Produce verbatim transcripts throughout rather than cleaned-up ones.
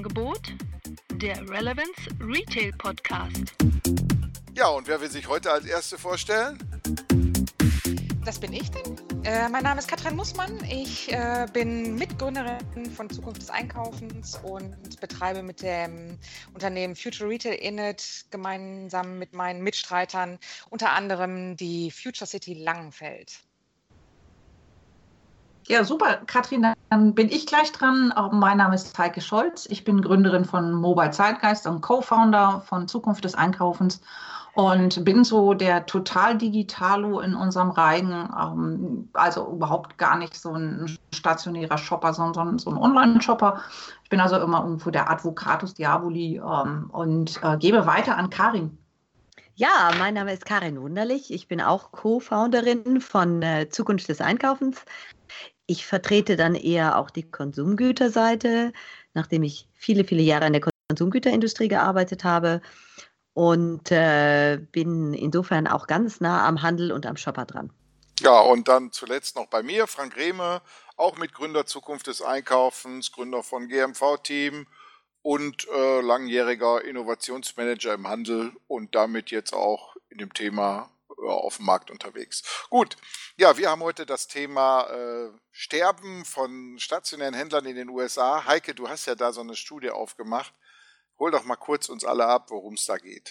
Angebot der Relevance Retail Podcast. Ja, und wer will sich heute als Erste vorstellen? Das bin ich denn. Äh, mein Name ist Katrin Mussmann. Ich äh, bin Mitgründerin von Zukunft des Einkaufens und betreibe mit dem Unternehmen Future Retail Init gemeinsam mit meinen Mitstreitern unter anderem die Future City Langenfeld. Ja, super, Katrin, dann bin ich gleich dran. Mein Name ist Heike Scholz. Ich bin Gründerin von Mobile Zeitgeist und Co-Founder von Zukunft des Einkaufens und bin so der Total-Digitalo in unserem Reigen. Also überhaupt gar nicht so ein stationärer Shopper, sondern so ein Online-Shopper. Ich bin also immer irgendwo der Advocatus Diaboli und gebe weiter an Karin. Ja, mein Name ist Karin Wunderlich. Ich bin auch Co-Founderin von äh, Zukunft des Einkaufens. Ich vertrete dann eher auch die Konsumgüterseite, nachdem ich viele, viele Jahre in der Konsumgüterindustrie gearbeitet habe und äh, bin insofern auch ganz nah am Handel und am Shopper dran. Ja, und dann zuletzt noch bei mir, Frank Rehme, auch Mitgründer Zukunft des Einkaufens, Gründer von G M V-Team und äh, langjähriger Innovationsmanager im Handel und damit jetzt auch in dem Thema äh, auf dem Markt unterwegs. Gut, ja, wir haben heute das Thema äh, Sterben von stationären Händlern in den U S A. Heike, du hast ja da so eine Studie aufgemacht. Hol doch mal kurz uns alle ab, worum es da geht.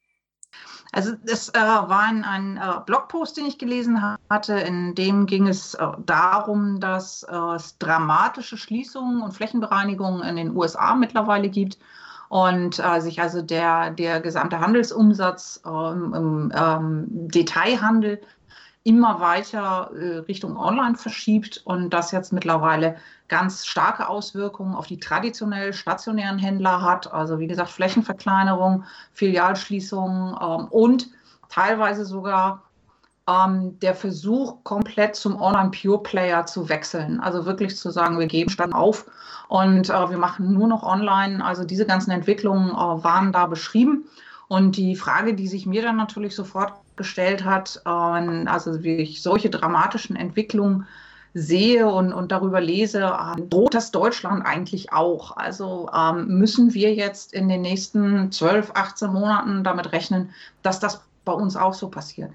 Also das äh, war ein, ein äh, Blogpost, den ich gelesen hatte, in dem ging es äh, darum, dass äh, es dramatische Schließungen und Flächenbereinigungen in den U S A mittlerweile gibt und äh, sich also der, der gesamte Handelsumsatz äh, im ähm, Detailhandel immer weiter äh, Richtung Online verschiebt und das jetzt mittlerweile ganz starke Auswirkungen auf die traditionell stationären Händler hat. Also wie gesagt, Flächenverkleinerung, Filialschließungen ähm, und teilweise sogar ähm, der Versuch, komplett zum Online-Pure-Player zu wechseln. Also wirklich zu sagen, wir geben Stand auf und äh, wir machen nur noch online. Also diese ganzen Entwicklungen äh, waren da beschrieben. Und die Frage, die sich mir dann natürlich sofort gestellt hat, äh, also wie ich solche dramatischen Entwicklungen sehe und, und darüber lese, äh, droht das Deutschland eigentlich auch? Also ähm, müssen wir jetzt in den nächsten zwölf, achtzehn Monaten damit rechnen, dass das bei uns auch so passiert?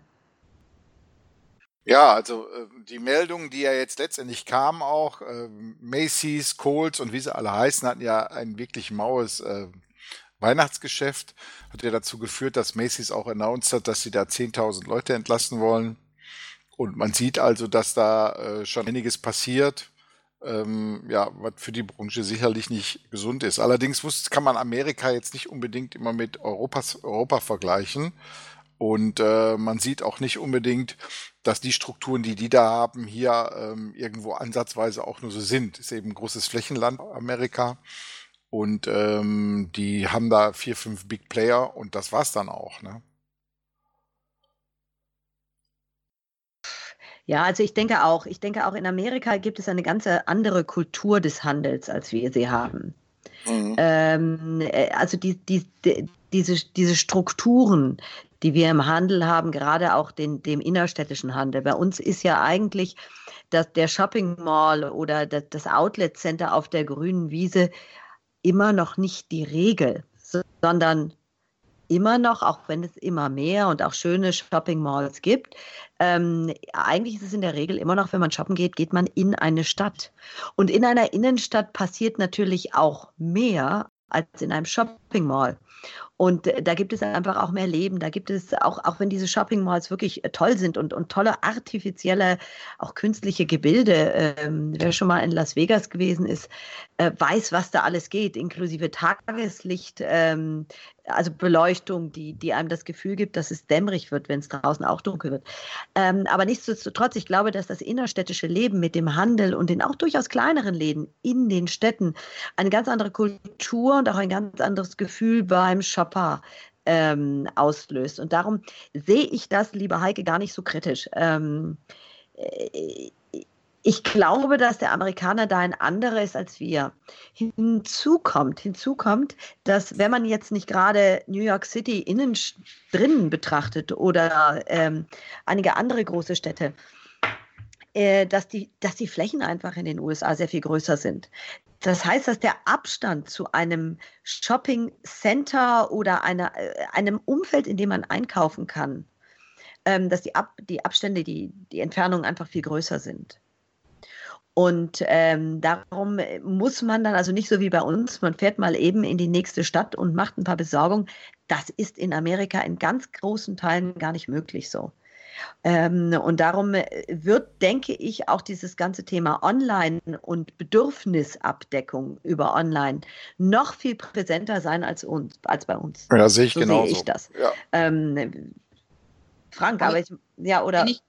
Ja, also äh, die Meldungen, die ja jetzt letztendlich kamen auch, äh, Macy's, Kohl's und wie sie alle heißen, hatten ja ein wirklich maues äh, Weihnachtsgeschäft. Hat ja dazu geführt, dass Macy's auch announced hat, dass sie da zehntausend Leute entlassen wollen. Und man sieht also, dass da äh, schon einiges passiert, ähm, ja, was für die Branche sicherlich nicht gesund ist. Allerdings muss, kann man Amerika jetzt nicht unbedingt immer mit Europas, Europa vergleichen. Und äh, man sieht auch nicht unbedingt, dass die Strukturen, die die da haben, hier ähm, irgendwo ansatzweise auch nur so sind. Ist eben ein großes Flächenland, Amerika. Und ähm, die haben da vier, fünf Big Player und das war's dann auch, ne? Ja, also ich denke auch, ich denke auch in Amerika gibt es eine ganz andere Kultur des Handels, als wir sie haben. Mhm. Ähm, also die, die, die, diese, diese Strukturen, die wir im Handel haben, gerade auch den, dem innerstädtischen Handel. Bei uns ist ja eigentlich das, der Shopping Mall oder das, das Outlet Center auf der grünen Wiese immer noch nicht die Regel, sondern immer noch, auch wenn es immer mehr und auch schöne Shopping-Malls gibt, ähm, eigentlich ist es in der Regel immer noch, wenn man shoppen geht, geht man in eine Stadt. Und in einer Innenstadt passiert natürlich auch mehr als in einem Shopping-Mall. Und äh, da gibt es einfach auch mehr Leben. Da gibt es auch, auch wenn diese Shopping-Malls wirklich äh, toll sind und, und tolle artifizielle, auch künstliche Gebilde. Ähm, wer schon mal in Las Vegas gewesen ist, äh, weiß, was da alles geht, inklusive Tageslicht, ähm, also Beleuchtung, die, die einem das Gefühl gibt, dass es dämmerig wird, wenn es draußen auch dunkel wird. Ähm, aber nichtsdestotrotz, ich glaube, dass das innerstädtische Leben mit dem Handel und den auch durchaus kleineren Läden in den Städten eine ganz andere Kultur und auch ein ganz anderes Gefühl beim Shopper ähm, auslöst. Und darum sehe ich das, liebe Heike, gar nicht so kritisch. Ähm, äh, Ich glaube, dass der Amerikaner da ein anderer ist als wir. Hinzu kommt, hinzu kommt, dass wenn man jetzt nicht gerade New York City innen drinnen betrachtet oder ähm, einige andere große Städte, äh, dass die, dass die Flächen einfach in den U S A sehr viel größer sind. Das heißt, dass der Abstand zu einem Shopping Center oder einer, äh, einem Umfeld, in dem man einkaufen kann, ähm, dass die, Ab die Abstände, die, die Entfernungen einfach viel größer sind. Und ähm, darum muss man dann, also nicht so wie bei uns, man fährt mal eben in die nächste Stadt und macht ein paar Besorgungen. Das ist in Amerika in ganz großen Teilen gar nicht möglich so. Ähm, und darum wird, denke ich, auch dieses ganze Thema Online und Bedürfnisabdeckung über Online noch viel präsenter sein als, uns, als bei uns. Ja, sehe ich so genauso. sehe ich das. Ja. Ähm, Frank, aber ich, ja, oder... Ich,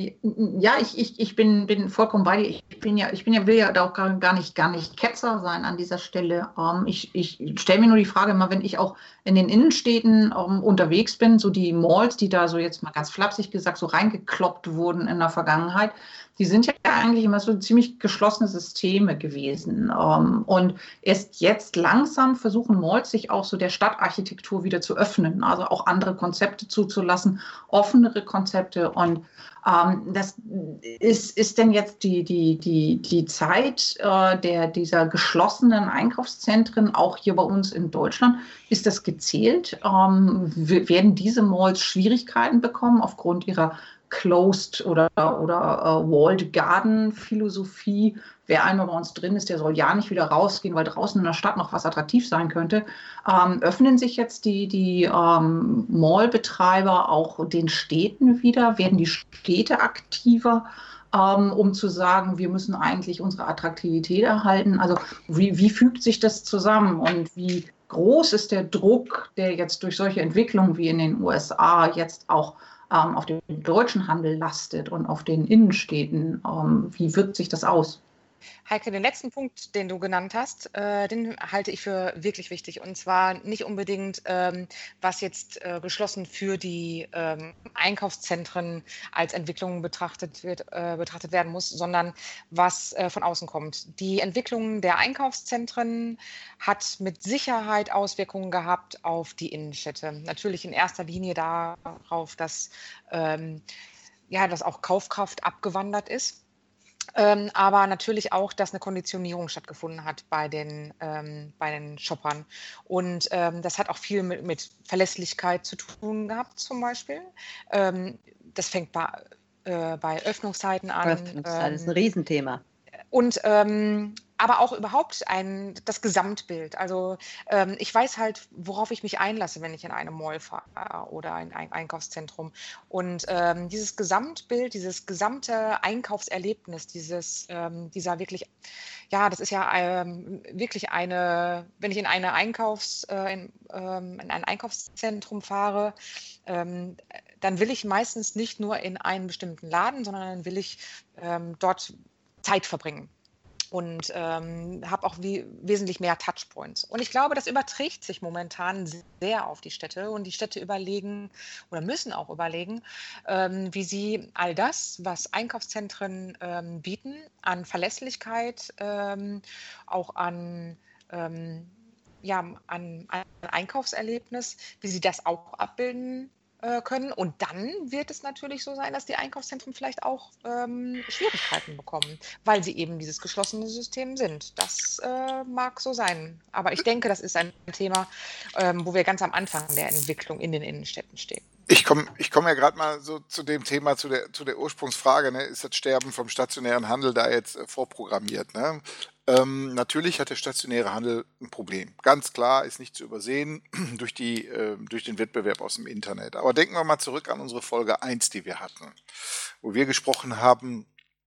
ja, ich, ich, ich bin, bin vollkommen bei dir. Ich bin ja, ich bin ja, will ja auch gar, gar nicht, gar nicht Ketzer sein an dieser Stelle. Ähm, ich ich stelle mir nur die Frage, mal, wenn ich auch in den Innenstädten ähm, unterwegs bin, so die Malls, die da so jetzt mal ganz flapsig gesagt so reingekloppt wurden in der Vergangenheit, die sind ja eigentlich immer so ziemlich geschlossene Systeme gewesen. Ähm, und erst jetzt langsam versuchen Malls sich auch so der Stadtarchitektur wieder zu öffnen, also auch andere Konzepte zuzulassen, offenere Konzepte. Und ähm, das ist, ist denn jetzt die, die, die, die Zeit äh, der, dieser geschlossenen Einkaufszentren, auch hier bei uns in Deutschland, ist das gezählt? Ähm, werden diese Malls Schwierigkeiten bekommen aufgrund ihrer Closed oder, oder uh, Walled Garden Philosophie? Wer einmal bei uns drin ist, der soll ja nicht wieder rausgehen, weil draußen in der Stadt noch was attraktiv sein könnte. Ähm, öffnen sich jetzt die, die ähm, Mallbetreiber auch den Städten wieder? Werden die Städte aktiver, ähm, um zu sagen, wir müssen eigentlich unsere Attraktivität erhalten? Also wie, wie fügt sich das zusammen und wie groß ist der Druck, der jetzt durch solche Entwicklungen wie in den U S A jetzt auch auf den deutschen Handel lastet und auf den Innenstädten? Wie wirkt sich das aus? Heike, den letzten Punkt, den du genannt hast, äh, den halte ich für wirklich wichtig. Und zwar nicht unbedingt, ähm, was jetzt äh, geschlossen für die ähm, Einkaufszentren als Entwicklung betrachtet wird, äh, betrachtet werden muss, sondern was äh, von außen kommt. Die Entwicklung der Einkaufszentren hat mit Sicherheit Auswirkungen gehabt auf die Innenstädte. Natürlich in erster Linie darauf, dass, ähm, ja, dass auch Kaufkraft abgewandert ist. Ähm, aber natürlich auch, dass eine Konditionierung stattgefunden hat bei den, ähm, bei den Shoppern. Und ähm, das hat auch viel mit, mit Verlässlichkeit zu tun gehabt, zum Beispiel. Ähm, das fängt bei, äh, bei Öffnungszeiten an. Öffnungszeiten ist ein Riesenthema. Und ähm, aber auch überhaupt ein, das Gesamtbild. Also ähm, ich weiß halt, worauf ich mich einlasse, wenn ich in eine Mall fahre oder in ein Einkaufszentrum. Und ähm, dieses Gesamtbild, dieses gesamte Einkaufserlebnis, dieses, ähm, dieser wirklich, ja, das ist ja ähm, wirklich eine, wenn ich in eine Einkaufs, äh, in, ähm, in ein Einkaufszentrum fahre, ähm, dann will ich meistens nicht nur in einen bestimmten Laden, sondern dann will ich ähm, dort Zeit verbringen. Und ähm, habe auch wie, wesentlich mehr Touchpoints. Und ich glaube, das überträgt sich momentan sehr auf die Städte. Und die Städte überlegen oder müssen auch überlegen, ähm, wie sie all das, was Einkaufszentren ähm, bieten, an Verlässlichkeit, ähm, auch an, ähm, ja, an, an Einkaufserlebnis, wie sie das auch abbilden können. Und dann wird es natürlich so sein, dass die Einkaufszentren vielleicht auch ähm, Schwierigkeiten bekommen, weil sie eben dieses geschlossene System sind. Das äh, mag so sein. Aber ich denke, das ist ein Thema, ähm, wo wir ganz am Anfang der Entwicklung in den Innenstädten stehen. Ich komme ich komm ja gerade mal so zu dem Thema, zu der, zu der Ursprungsfrage, ne? Ist das Sterben vom stationären Handel da jetzt äh, vorprogrammiert? Ne? Ähm, natürlich hat der stationäre Handel ein Problem. Ganz klar, ist nicht zu übersehen durch, die, äh, durch den Wettbewerb aus dem Internet. Aber denken wir mal zurück an unsere Folge eins, die wir hatten, wo wir gesprochen haben,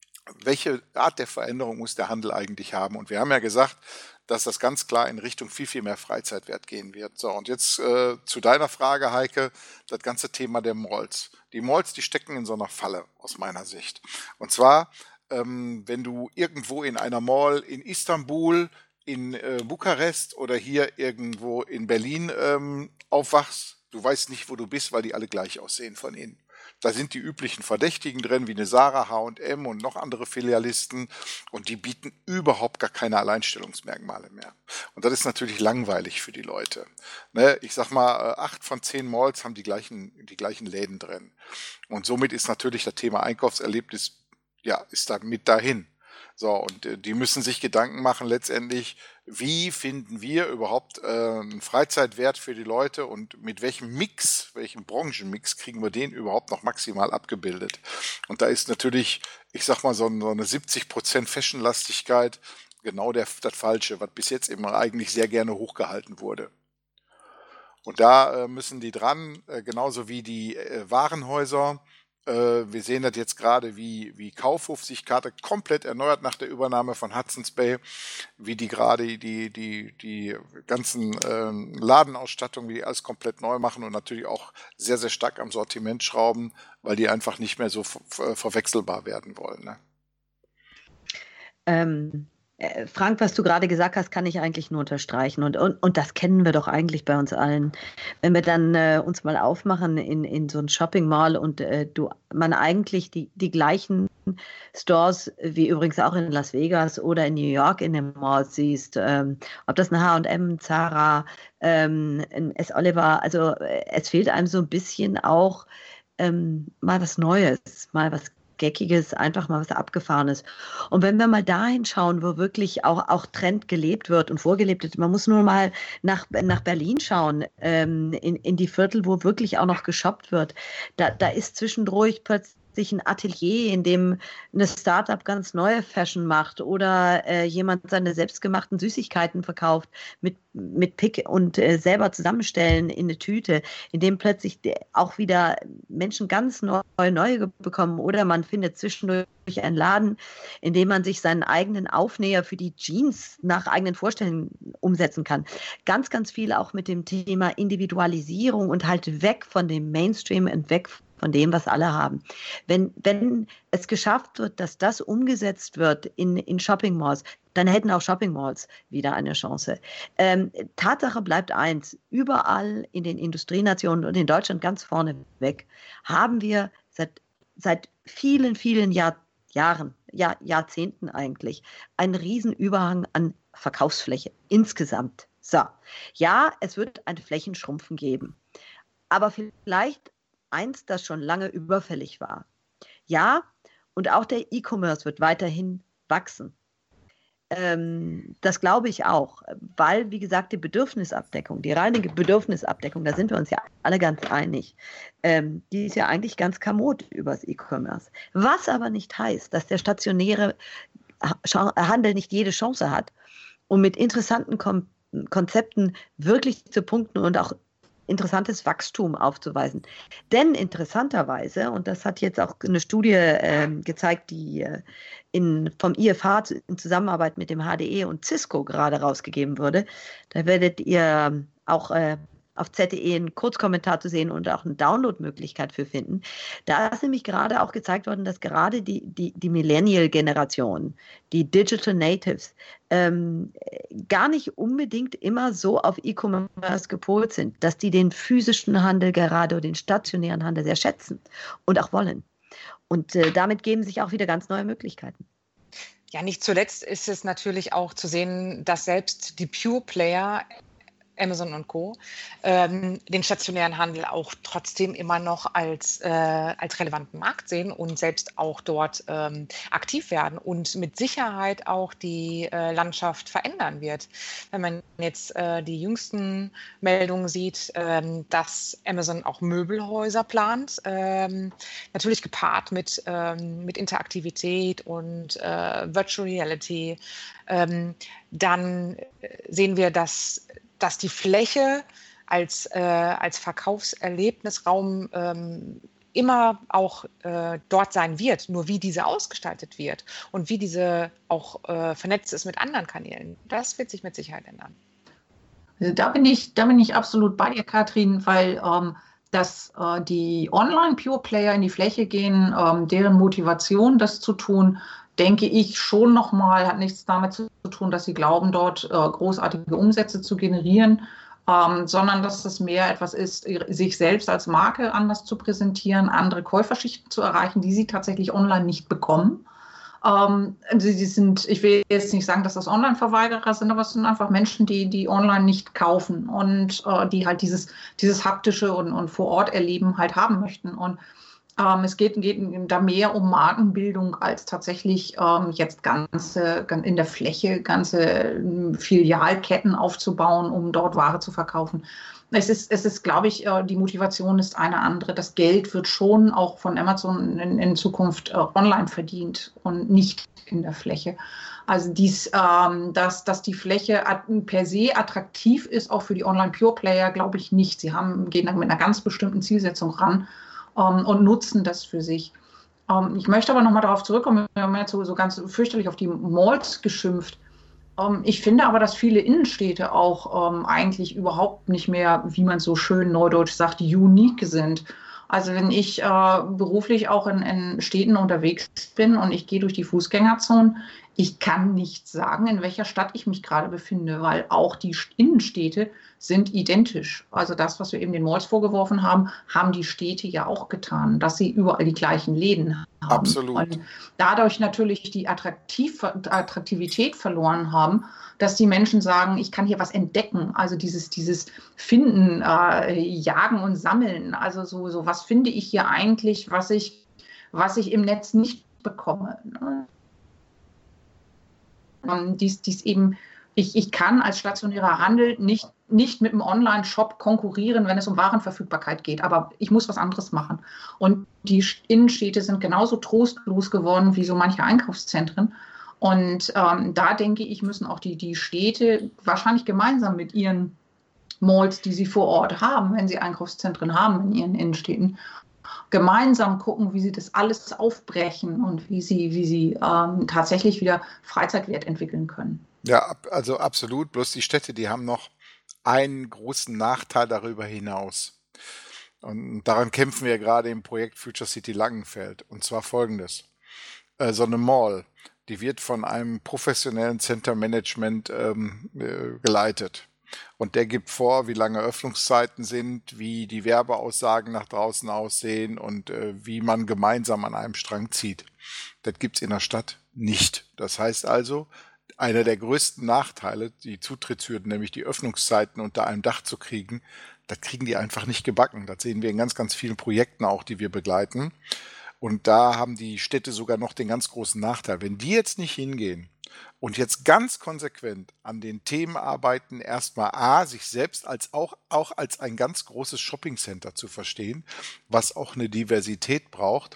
welche Art der Veränderung muss der Handel eigentlich haben? Und wir haben ja gesagt, dass das ganz klar in Richtung viel, viel mehr Freizeitwert gehen wird. So, und jetzt äh, zu deiner Frage, Heike, das ganze Thema der Malls. Die Malls, die stecken in so einer Falle, aus meiner Sicht. Und zwar, ähm, wenn du irgendwo in einer Mall in Istanbul, in äh, Bukarest oder hier irgendwo in Berlin ähm, aufwachst, du weißt nicht, wo du bist, weil die alle gleich aussehen von innen. Da sind die üblichen Verdächtigen drin, wie eine Zara, H und M und noch andere Filialisten. Und die bieten überhaupt gar keine Alleinstellungsmerkmale mehr. Und das ist natürlich langweilig für die Leute. Ne? Ich sag mal, acht von zehn Malls haben die gleichen, die gleichen Läden drin. Und somit ist natürlich das Thema Einkaufserlebnis, ja, ist da mit dahin. So, und äh, die müssen sich Gedanken machen letztendlich, wie finden wir überhaupt äh, einen Freizeitwert für die Leute und mit welchem Mix, welchem Branchenmix kriegen wir den überhaupt noch maximal abgebildet. Und da ist natürlich, ich sag mal, so, so eine siebzig Prozent Fashionlastigkeit genau der, das Falsche, was bis jetzt immer eigentlich sehr gerne hochgehalten wurde. Und da äh, müssen die dran, äh, genauso wie die äh, Warenhäuser. Äh, wir sehen das jetzt gerade, wie, wie Kaufhof sich gerade komplett erneuert nach der Übernahme von Hudson's Bay, wie die gerade die, die, die ganzen äh, Ladenausstattungen, wie die alles komplett neu machen und natürlich auch sehr, sehr stark am Sortiment schrauben, weil die einfach nicht mehr so ver- verwechselbar werden wollen. Ne? Ähm, äh, Frank, was du gerade gesagt hast, kann ich eigentlich nur unterstreichen. Und, und, und das kennen wir doch eigentlich bei uns allen. Wenn wir dann äh, uns mal aufmachen in, in so ein Shopping Mall und äh, du, man eigentlich die, die gleichen Stores wie übrigens auch in Las Vegas oder in New York in dem Mall siehst, ähm, ob das ein H und M, Zara, ähm, ein S. Oliver, also äh, es fehlt einem so ein bisschen auch ähm, mal was Neues, mal was Geckiges, einfach mal was Abgefahrenes. Und wenn wir mal dahin schauen, wo wirklich auch, auch Trend gelebt wird und vorgelebt wird, man muss nur mal nach, nach Berlin schauen, ähm, in, in die Viertel, wo wirklich auch noch geshoppt wird. Da, da ist zwischendurch plötzlich ein Atelier, in dem eine Startup ganz neue Fashion macht oder äh, jemand seine selbstgemachten Süßigkeiten verkauft mit, mit Pick und äh, selber zusammenstellen in eine Tüte, in dem plötzlich auch wieder Menschen ganz neu, neue bekommen oder man findet zwischendurch einen Laden, in dem man sich seinen eigenen Aufnäher für die Jeans nach eigenen Vorstellungen umsetzen kann. Ganz, ganz viel auch mit dem Thema Individualisierung und halt weg von dem Mainstream und weg von dem, was alle haben. Wenn, wenn es geschafft wird, dass das umgesetzt wird in, in Shopping Malls, dann hätten auch Shopping Malls wieder eine Chance. Ähm, Tatsache bleibt eins, überall in den Industrienationen und in Deutschland ganz vorne weg, haben wir seit, seit vielen, vielen Jahr, Jahren, Jahr, Jahrzehnten eigentlich, einen riesen Überhang an Verkaufsfläche insgesamt. So, ja, es wird ein Flächenschrumpfen geben, aber vielleicht eins, das schon lange überfällig war. Ja, und auch der E-Commerce wird weiterhin wachsen. Ähm, das glaube ich auch, weil, wie gesagt, die Bedürfnisabdeckung, die reine Bedürfnisabdeckung, da sind wir uns ja alle ganz einig, ähm, die ist ja eigentlich ganz kommod übers E-Commerce. Was aber nicht heißt, dass der stationäre Handel nicht jede Chance hat, um mit interessanten Kom- Konzepten wirklich zu punkten und auch interessantes Wachstum aufzuweisen. Denn interessanterweise, und das hat jetzt auch eine Studie äh, gezeigt, die äh, in, vom I F H in Zusammenarbeit mit dem H D E und Cisco gerade rausgegeben wurde, da werdet ihr auch äh, auf Z D E einen Kurzkommentar zu sehen und auch eine Downloadmöglichkeit für finden. Da ist nämlich gerade auch gezeigt worden, dass gerade die, die, die Millennial-Generation, die Digital Natives, ähm, gar nicht unbedingt immer so auf E-Commerce gepolt sind, dass die den physischen Handel gerade oder den stationären Handel sehr schätzen und auch wollen. Und äh, damit geben sich auch wieder ganz neue Möglichkeiten. Ja, nicht zuletzt ist es natürlich auch zu sehen, dass selbst die Pure Player, Amazon und Co., ähm, den stationären Handel auch trotzdem immer noch als, äh, als relevanten Markt sehen und selbst auch dort ähm, aktiv werden und mit Sicherheit auch die äh, Landschaft verändern wird. Wenn man jetzt äh, die jüngsten Meldungen sieht, ähm, dass Amazon auch Möbelhäuser plant, ähm, natürlich gepaart mit, ähm, mit Interaktivität und äh, Virtual Reality, ähm, dann sehen wir, dass dass die Fläche als, äh, als Verkaufserlebnisraum ähm, immer auch äh, dort sein wird. Nur wie diese ausgestaltet wird und wie diese auch äh, vernetzt ist mit anderen Kanälen, das wird sich mit Sicherheit ändern. Da bin ich, da bin ich absolut bei dir, Katrin, weil ähm, dass äh, die Online-Pure-Player in die Fläche gehen, ähm, deren Motivation, das zu tun, denke ich schon nochmal, hat nichts damit zu tun, dass sie glauben, dort äh, großartige Umsätze zu generieren, ähm, sondern dass es mehr etwas ist, sich selbst als Marke anders zu präsentieren, andere Käuferschichten zu erreichen, die sie tatsächlich online nicht bekommen. Ähm, sie, sie sind, ich will jetzt nicht sagen, dass das Online-Verweigerer sind, aber es sind einfach Menschen, die, die online nicht kaufen und äh, die halt dieses, dieses haptische und, und Vor-Ort-Erleben halt haben möchten. Und Ähm, es geht, geht da mehr um Markenbildung als tatsächlich ähm, jetzt ganze in der Fläche ganze Filialketten aufzubauen, um dort Ware zu verkaufen. Es ist, es ist, glaube ich, die Motivation ist eine andere. Das Geld wird schon auch von Amazon in, in Zukunft äh, online verdient und nicht in der Fläche. Also dies, ähm, dass, dass die Fläche per se attraktiv ist, auch für die Online-Pure-Player, glaube ich nicht. Sie haben, gehen dann mit einer ganz bestimmten Zielsetzung ran ähm, und nutzen das für sich. Ähm, ich möchte aber nochmal darauf zurückkommen, wir haben jetzt so, so ganz fürchterlich auf die Malls geschimpft. Ich finde aber, dass viele Innenstädte auch ähm, eigentlich überhaupt nicht mehr, wie man so schön neudeutsch sagt, unique sind. Also wenn ich äh, beruflich auch in, in Städten unterwegs bin und ich gehe durch die Fußgängerzonen, ich kann nicht sagen, in welcher Stadt ich mich gerade befinde, weil auch die Innenstädte sind identisch. Also das, was wir eben den Malls vorgeworfen haben, haben die Städte ja auch getan, dass sie überall die gleichen Läden haben. Absolut. Und dadurch natürlich die Attraktiv Attraktivität verloren haben, dass die Menschen sagen, ich kann hier was entdecken. Also dieses, dieses Finden, äh, Jagen und Sammeln. Also so, so was finde ich hier eigentlich, was ich, was ich im Netz nicht bekomme. Ne? Dies, dies eben, ich, ich kann als stationärer Handel nicht, nicht mit einem Online-Shop konkurrieren, wenn es um Warenverfügbarkeit geht. Aber ich muss was anderes machen. Und die Innenstädte sind genauso trostlos geworden wie so manche Einkaufszentren. Und ähm, da denke ich, müssen auch die, die Städte wahrscheinlich gemeinsam mit ihren Malls, die sie vor Ort haben, wenn sie Einkaufszentren haben in ihren Innenstädten, gemeinsam gucken, wie sie das alles aufbrechen und wie sie, wie sie ähm, tatsächlich wieder Freizeitwert entwickeln können. Ja, also absolut. Bloß die Städte, die haben noch einen großen Nachteil darüber hinaus. Und daran kämpfen wir gerade im Projekt Future City Langenfeld. Und zwar folgendes. Äh, so eine Mall, die wird von einem professionellen Center Management ähm, äh, geleitet. Und der gibt vor, wie lange Öffnungszeiten sind, wie die Werbeaussagen nach draußen aussehen und äh, wie man gemeinsam an einem Strang zieht. Das gibt's in der Stadt nicht. Das heißt also, einer der größten Nachteile, die Zutrittshürden, nämlich die Öffnungszeiten unter einem Dach zu kriegen, das kriegen die einfach nicht gebacken. Das sehen wir in ganz, ganz vielen Projekten auch, die wir begleiten. Und da haben die Städte sogar noch den ganz großen Nachteil. Wenn die jetzt nicht hingehen und jetzt ganz konsequent an den Themen arbeiten, erstmal A, sich selbst als auch, auch als ein ganz großes Shoppingcenter zu verstehen, was auch eine Diversität braucht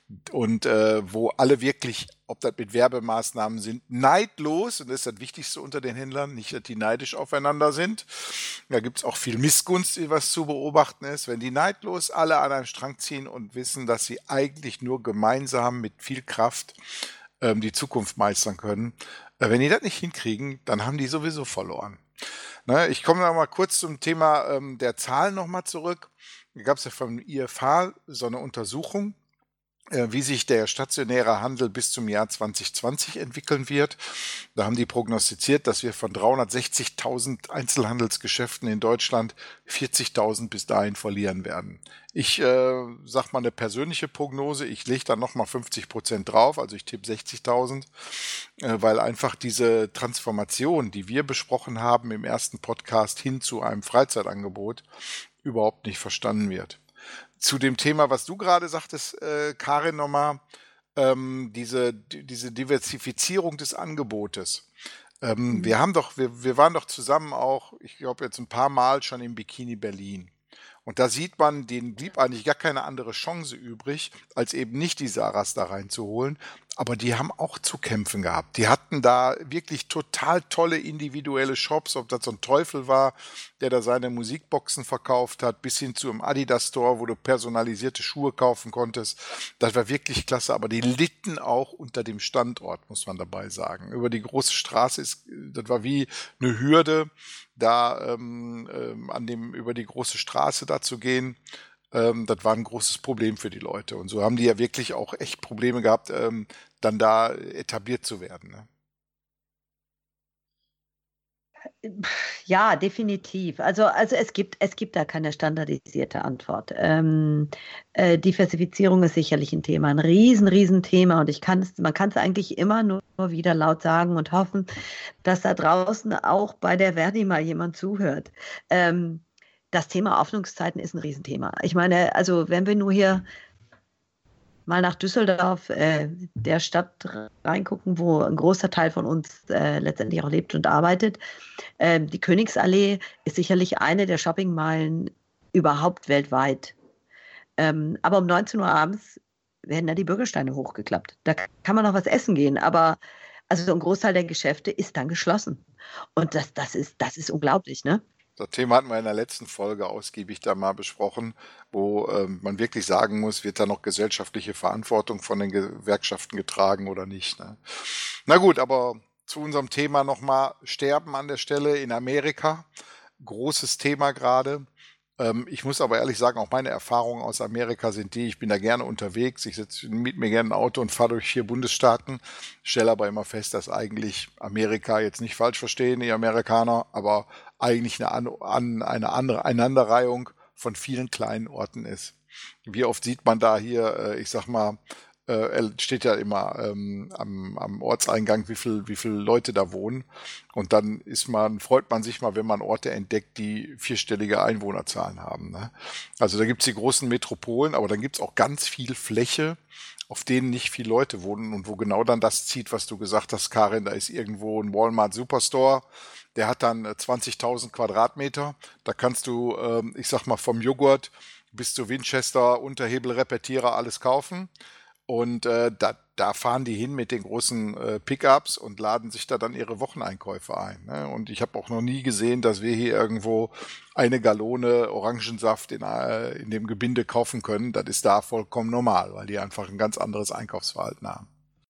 und äh, wo alle wirklich, ob das mit Werbemaßnahmen sind, neidlos, und das ist das Wichtigste unter den Händlern, nicht, dass die neidisch aufeinander sind. Da gibt es auch viel Missgunst, was zu beobachten ist, wenn die neidlos alle an einem Strang ziehen und wissen, dass sie eigentlich nur gemeinsam mit viel Kraft ähm, die Zukunft meistern können. Äh, wenn die das nicht hinkriegen, dann haben die sowieso verloren. Ne, ich komme noch mal kurz zum Thema ähm, der Zahlen nochmal zurück. Da gab es ja vom I F H so eine Untersuchung, wie sich der stationäre Handel bis zum Jahr zwanzig zwanzig entwickeln wird. Da haben die prognostiziert, dass wir von dreihundertsechzigtausend Einzelhandelsgeschäften in Deutschland vierzigtausend bis dahin verlieren werden. Ich äh, sage mal eine persönliche Prognose, ich lege da nochmal fünfzig Prozent drauf, also ich tippe sechzigtausend, äh, weil einfach diese Transformation, die wir besprochen haben im ersten Podcast hin zu einem Freizeitangebot, überhaupt nicht verstanden wird. Zu dem Thema, was du gerade sagtest, äh, Karin, nochmal, ähm, diese, die, diese Diversifizierung des Angebotes. Ähm, mhm. Wir haben doch, wir, wir waren doch zusammen auch, ich glaube jetzt ein paar Mal schon im Bikini Berlin. Und da sieht man, denen blieb eigentlich gar keine andere Chance übrig, als eben nicht die Saras da reinzuholen. Aber die haben auch zu kämpfen gehabt. Die hatten da wirklich total tolle individuelle Shops, ob das so ein Teufel war, der da seine Musikboxen verkauft hat, bis hin zu einem Adidas Store, wo du personalisierte Schuhe kaufen konntest. Das war wirklich klasse, aber die litten auch unter dem Standort, muss man dabei sagen. Über die große Straße ist, das war wie eine Hürde, da ähm, ähm, an dem über die große Straße da zu gehen. Ähm, das war ein großes Problem für die Leute. Und so haben die ja wirklich auch echt Probleme gehabt, ähm, dann da etabliert zu werden. Ne? Ja, definitiv. Also, also es gibt, es gibt da keine standardisierte Antwort. Ähm, äh, Diversifizierung ist sicherlich ein Thema, ein riesen, riesen Thema. Und ich kann es, man kann es eigentlich immer nur wieder laut sagen und hoffen, dass da draußen auch bei der Verdi mal jemand zuhört. Ähm, das Thema Öffnungszeiten ist ein Riesenthema. Ich meine, also wenn wir nur hier mal nach Düsseldorf, äh, der Stadt reingucken, wo ein großer Teil von uns äh, letztendlich auch lebt und arbeitet. Ähm, die Königsallee ist sicherlich eine der Shoppingmeilen überhaupt weltweit. Ähm, aber um neunzehn Uhr abends werden da die Bürgersteine hochgeklappt. Da kann man noch was essen gehen, aber also so ein Großteil der Geschäfte ist dann geschlossen. Und das, das ist, das ist unglaublich, ne? Das Thema hatten wir in der letzten Folge ausgiebig da mal besprochen, wo ähm, man wirklich sagen muss, wird da noch gesellschaftliche Verantwortung von den Gewerkschaften getragen oder nicht. Ne? Na gut, aber zu unserem Thema nochmal Sterben an der Stelle in Amerika. Großes Thema gerade. Ähm, ich muss aber ehrlich sagen, auch meine Erfahrungen aus Amerika sind die, ich bin da gerne unterwegs, ich setze, miete mir gerne ein Auto und fahre durch vier Bundesstaaten, stelle aber immer fest, dass eigentlich Amerika, jetzt nicht falsch verstehen, die Amerikaner, aber eigentlich eine, an, an, eine andere Aneinanderreihung von vielen kleinen Orten ist. Wie oft sieht man da hier, äh, ich sag mal, äh, steht ja immer ähm, am, am Ortseingang, wie viel, wie viele Leute da wohnen. Und dann ist man, freut man sich mal, wenn man Orte entdeckt, die vierstellige Einwohnerzahlen haben. Ne? Also da gibt's die großen Metropolen, aber dann gibt's auch ganz viel Fläche, auf denen nicht viele Leute wohnen und wo genau dann das zieht, was du gesagt hast, Karin, da ist irgendwo ein Walmart Superstore, der hat dann zwanzigtausend Quadratmeter, da kannst du, ähm, ich sag mal, vom Joghurt bis zu Winchester, Unterhebelrepetierer alles kaufen. Und äh, da, da fahren die hin mit den großen äh, Pickups und laden sich da dann ihre Wocheneinkäufe ein. Ne? Und ich habe auch noch nie gesehen, dass wir hier irgendwo eine Gallone Orangensaft in, äh, in dem Gebinde kaufen können. Das ist da vollkommen normal, weil die einfach ein ganz anderes Einkaufsverhalten haben.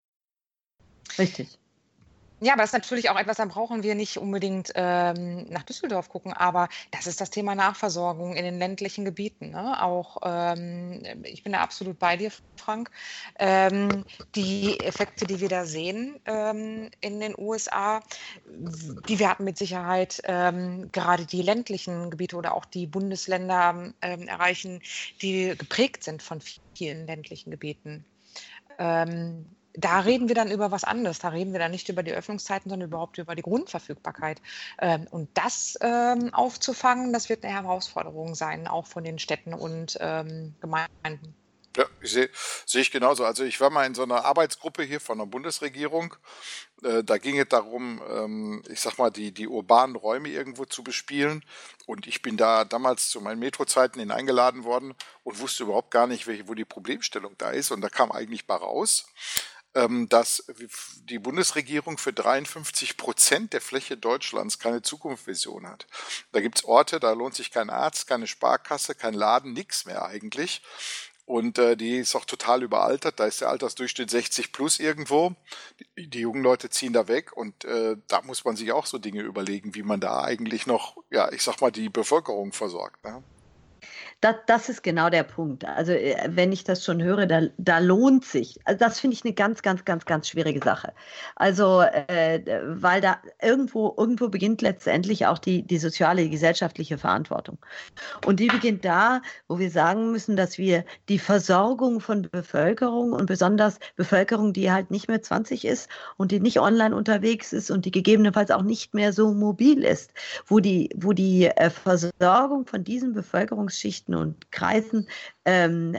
Richtig. Ja, aber das ist natürlich auch etwas, da brauchen wir nicht unbedingt ähm, nach Düsseldorf gucken, aber das ist das Thema Nachversorgung in den ländlichen Gebieten. Ne? Auch, ähm, ich bin da absolut bei dir, Frank. Ähm, die Effekte, die wir da sehen ähm, in den U S A, die werden mit Sicherheit ähm, gerade die ländlichen Gebiete oder auch die Bundesländer ähm, erreichen, die geprägt sind von vielen ländlichen Gebieten. Ähm, Da reden wir dann über was anderes. Da reden wir dann nicht über die Öffnungszeiten, sondern überhaupt über die Grundverfügbarkeit. Ähm, und das ähm, aufzufangen, das wird eine Herausforderung sein, auch von den Städten und ähm, Gemeinden. Ja, ich sehe sehe ich genauso. Also ich war mal in so einer Arbeitsgruppe hier von der Bundesregierung. Äh, da ging es darum, ähm, ich sag mal, die, die urbanen Räume irgendwo zu bespielen. Und ich bin da damals zu meinen Metrozeiten hin eingeladen worden und wusste überhaupt gar nicht, welche, wo die Problemstellung da ist. Und da kam eigentlich bei raus, ähm, dass die Bundesregierung für dreiundfünfzig Prozent der Fläche Deutschlands keine Zukunftsvision hat. Da gibt es Orte, da lohnt sich kein Arzt, keine Sparkasse, kein Laden, nichts mehr eigentlich. Und äh, die ist auch total überaltert. Da ist der Altersdurchschnitt sechzig plus irgendwo. Die, die jungen Leute ziehen da weg und äh, da muss man sich auch so Dinge überlegen, wie man da eigentlich noch, ja, ich sag mal, die Bevölkerung versorgt. Ne? Das, das ist genau der Punkt. Also äh, wenn ich das schon höre, da, da lohnt sich. Also das finde ich eine ganz, ganz, ganz, ganz schwierige Sache. Also äh, weil da irgendwo, irgendwo beginnt letztendlich auch die, die soziale, die gesellschaftliche Verantwortung. Und die beginnt da, wo wir sagen müssen, dass wir die Versorgung von Bevölkerung und besonders Bevölkerung, die halt nicht mehr zwanzig ist und die nicht online unterwegs ist und die gegebenenfalls auch nicht mehr so mobil ist, wo die, wo die äh, Versorgung von diesen Bevölkerungsschichten und Kreisen ähm,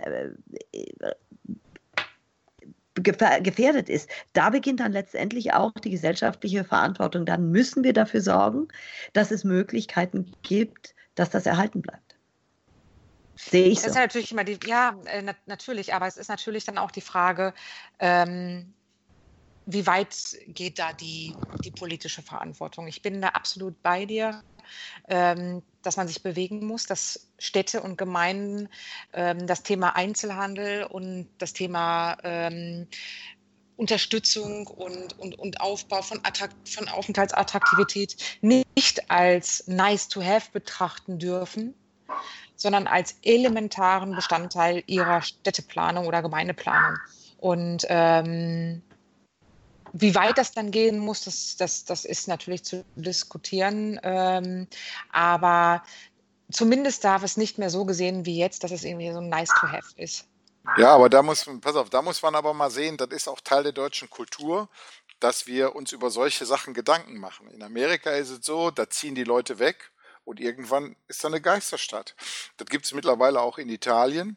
gefährdet ist. Da beginnt dann letztendlich auch die gesellschaftliche Verantwortung. Dann müssen wir dafür sorgen, dass es Möglichkeiten gibt, dass das erhalten bleibt. Sehe ich so. Das ist ja natürlich immer die, ja, äh, na, natürlich, aber es ist natürlich dann auch die Frage, ähm, wie weit geht da die, die politische Verantwortung? Ich bin da absolut bei dir, ähm, dass man sich bewegen muss, dass Städte und Gemeinden ähm, das Thema Einzelhandel und das Thema ähm, Unterstützung und, und, und Aufbau von, Attrakt, von Aufenthaltsattraktivität nicht als nice to have betrachten dürfen, sondern als elementaren Bestandteil ihrer Städteplanung oder Gemeindeplanung. Und ähm, wie weit das dann gehen muss, das, das, das ist natürlich zu diskutieren. Ähm, aber zumindest darf es nicht mehr so gesehen wie jetzt, dass es irgendwie so ein nice to have ist. Ja, aber da muss, pass auf, da muss man aber mal sehen, das ist auch Teil der deutschen Kultur, dass wir uns über solche Sachen Gedanken machen. In Amerika ist es so, da ziehen die Leute weg und irgendwann ist da eine Geisterstadt. Das gibt es mittlerweile auch in Italien.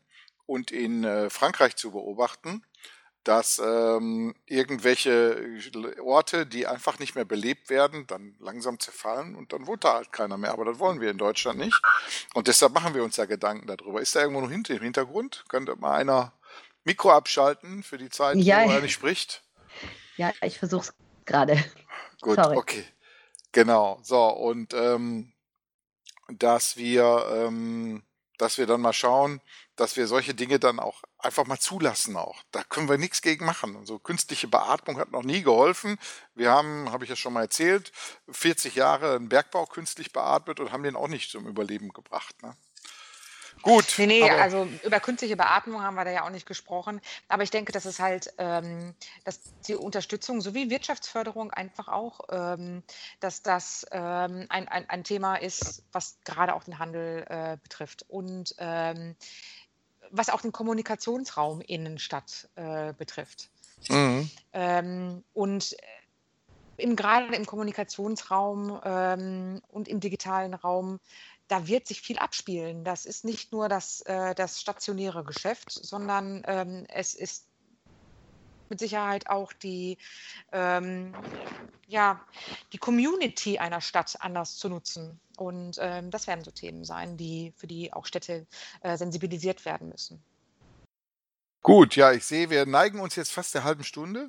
und in äh, Frankreich zu beobachten, dass ähm, irgendwelche Orte, die einfach nicht mehr belebt werden, dann langsam zerfallen und dann wohnt da halt keiner mehr. Aber das wollen wir in Deutschland nicht. Und deshalb machen wir uns ja Gedanken darüber. Ist da irgendwo noch hinter, im Hintergrund? Könnte mal einer Mikro abschalten für die Zeit, Ja, wo er nicht spricht? Ja, ich versuche es gerade. Gut, Sorry. okay. Genau. So, und ähm, dass wir, ähm, dass wir dann mal schauen, dass wir solche Dinge dann auch einfach mal zulassen auch. Da können wir nichts gegen machen. Also künstliche Beatmung hat noch nie geholfen. Wir haben, habe ich ja schon mal erzählt, vierzig Jahre einen Bergbau künstlich beatmet und haben den auch nicht zum Überleben gebracht. Ne? Gut. Nee, nee, aber, also über künstliche Beatmung haben wir da ja auch nicht gesprochen. Aber ich denke, dass es halt, ähm, dass die Unterstützung sowie Wirtschaftsförderung einfach auch, ähm, dass das ähm, ein, ein, ein Thema ist, was gerade auch den Handel äh, betrifft. Und ähm, was auch den Kommunikationsraum Innenstadt äh, betrifft. Mhm. Ähm, und im, gerade im Kommunikationsraum ähm, und im digitalen Raum, da wird sich viel abspielen. Das ist nicht nur das, äh, das stationäre Geschäft, sondern ähm, es ist mit Sicherheit auch die, ähm, ja, die Community einer Stadt anders zu nutzen. Und ähm, das werden so Themen sein, die, für die auch Städte äh, sensibilisiert werden müssen. Gut, ja, ich sehe, wir neigen uns jetzt fast der halben Stunde.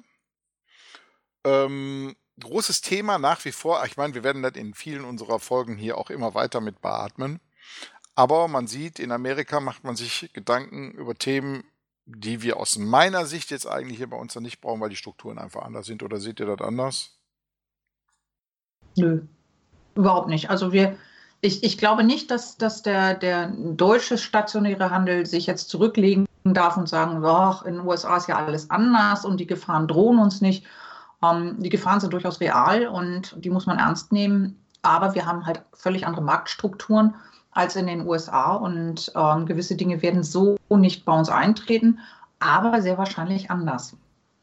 Ähm, großes Thema nach wie vor. Ich meine, wir werden das in vielen unserer Folgen hier auch immer weiter mit beatmen. Aber man sieht, in Amerika macht man sich Gedanken über Themen, die wir aus meiner Sicht jetzt eigentlich hier bei uns dann nicht brauchen, weil die Strukturen einfach anders sind. Oder seht ihr das anders? Nö, überhaupt nicht. Also wir, ich, ich glaube nicht, dass, dass der, der deutsche stationäre Handel sich jetzt zurücklegen darf und sagen, oh, in den U S A ist ja alles anders und die Gefahren drohen uns nicht. Ähm, die Gefahren sind durchaus real und die muss man ernst nehmen. Aber wir haben halt völlig andere Marktstrukturen als in den U S A und ähm, gewisse Dinge werden so nicht bei uns eintreten, aber sehr wahrscheinlich anders.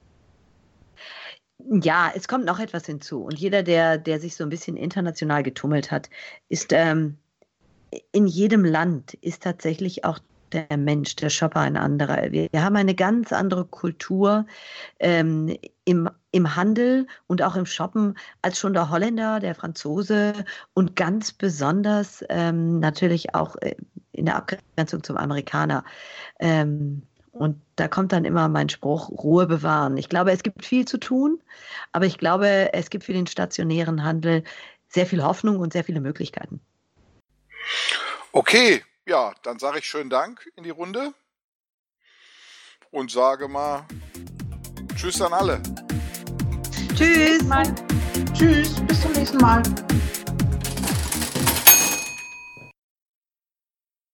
Ja, es kommt noch etwas hinzu. Und jeder, der, der sich so ein bisschen international getummelt hat, ist ähm, in jedem Land ist tatsächlich auch der Mensch, der Shopper ein anderer. Wir, wir haben eine ganz andere Kultur ähm, im, im Handel und auch im Shoppen als schon der Holländer, der Franzose und ganz besonders ähm, natürlich auch in der Abgrenzung zum Amerikaner. Ähm, Und da kommt dann immer mein Spruch, Ruhe bewahren. Ich glaube, es gibt viel zu tun, aber ich glaube, es gibt für den stationären Handel sehr viel Hoffnung und sehr viele Möglichkeiten. Okay, ja, dann sage ich schönen Dank in die Runde und sage mal Tschüss an alle. Tschüss. Tschüss, bis zum nächsten Mal.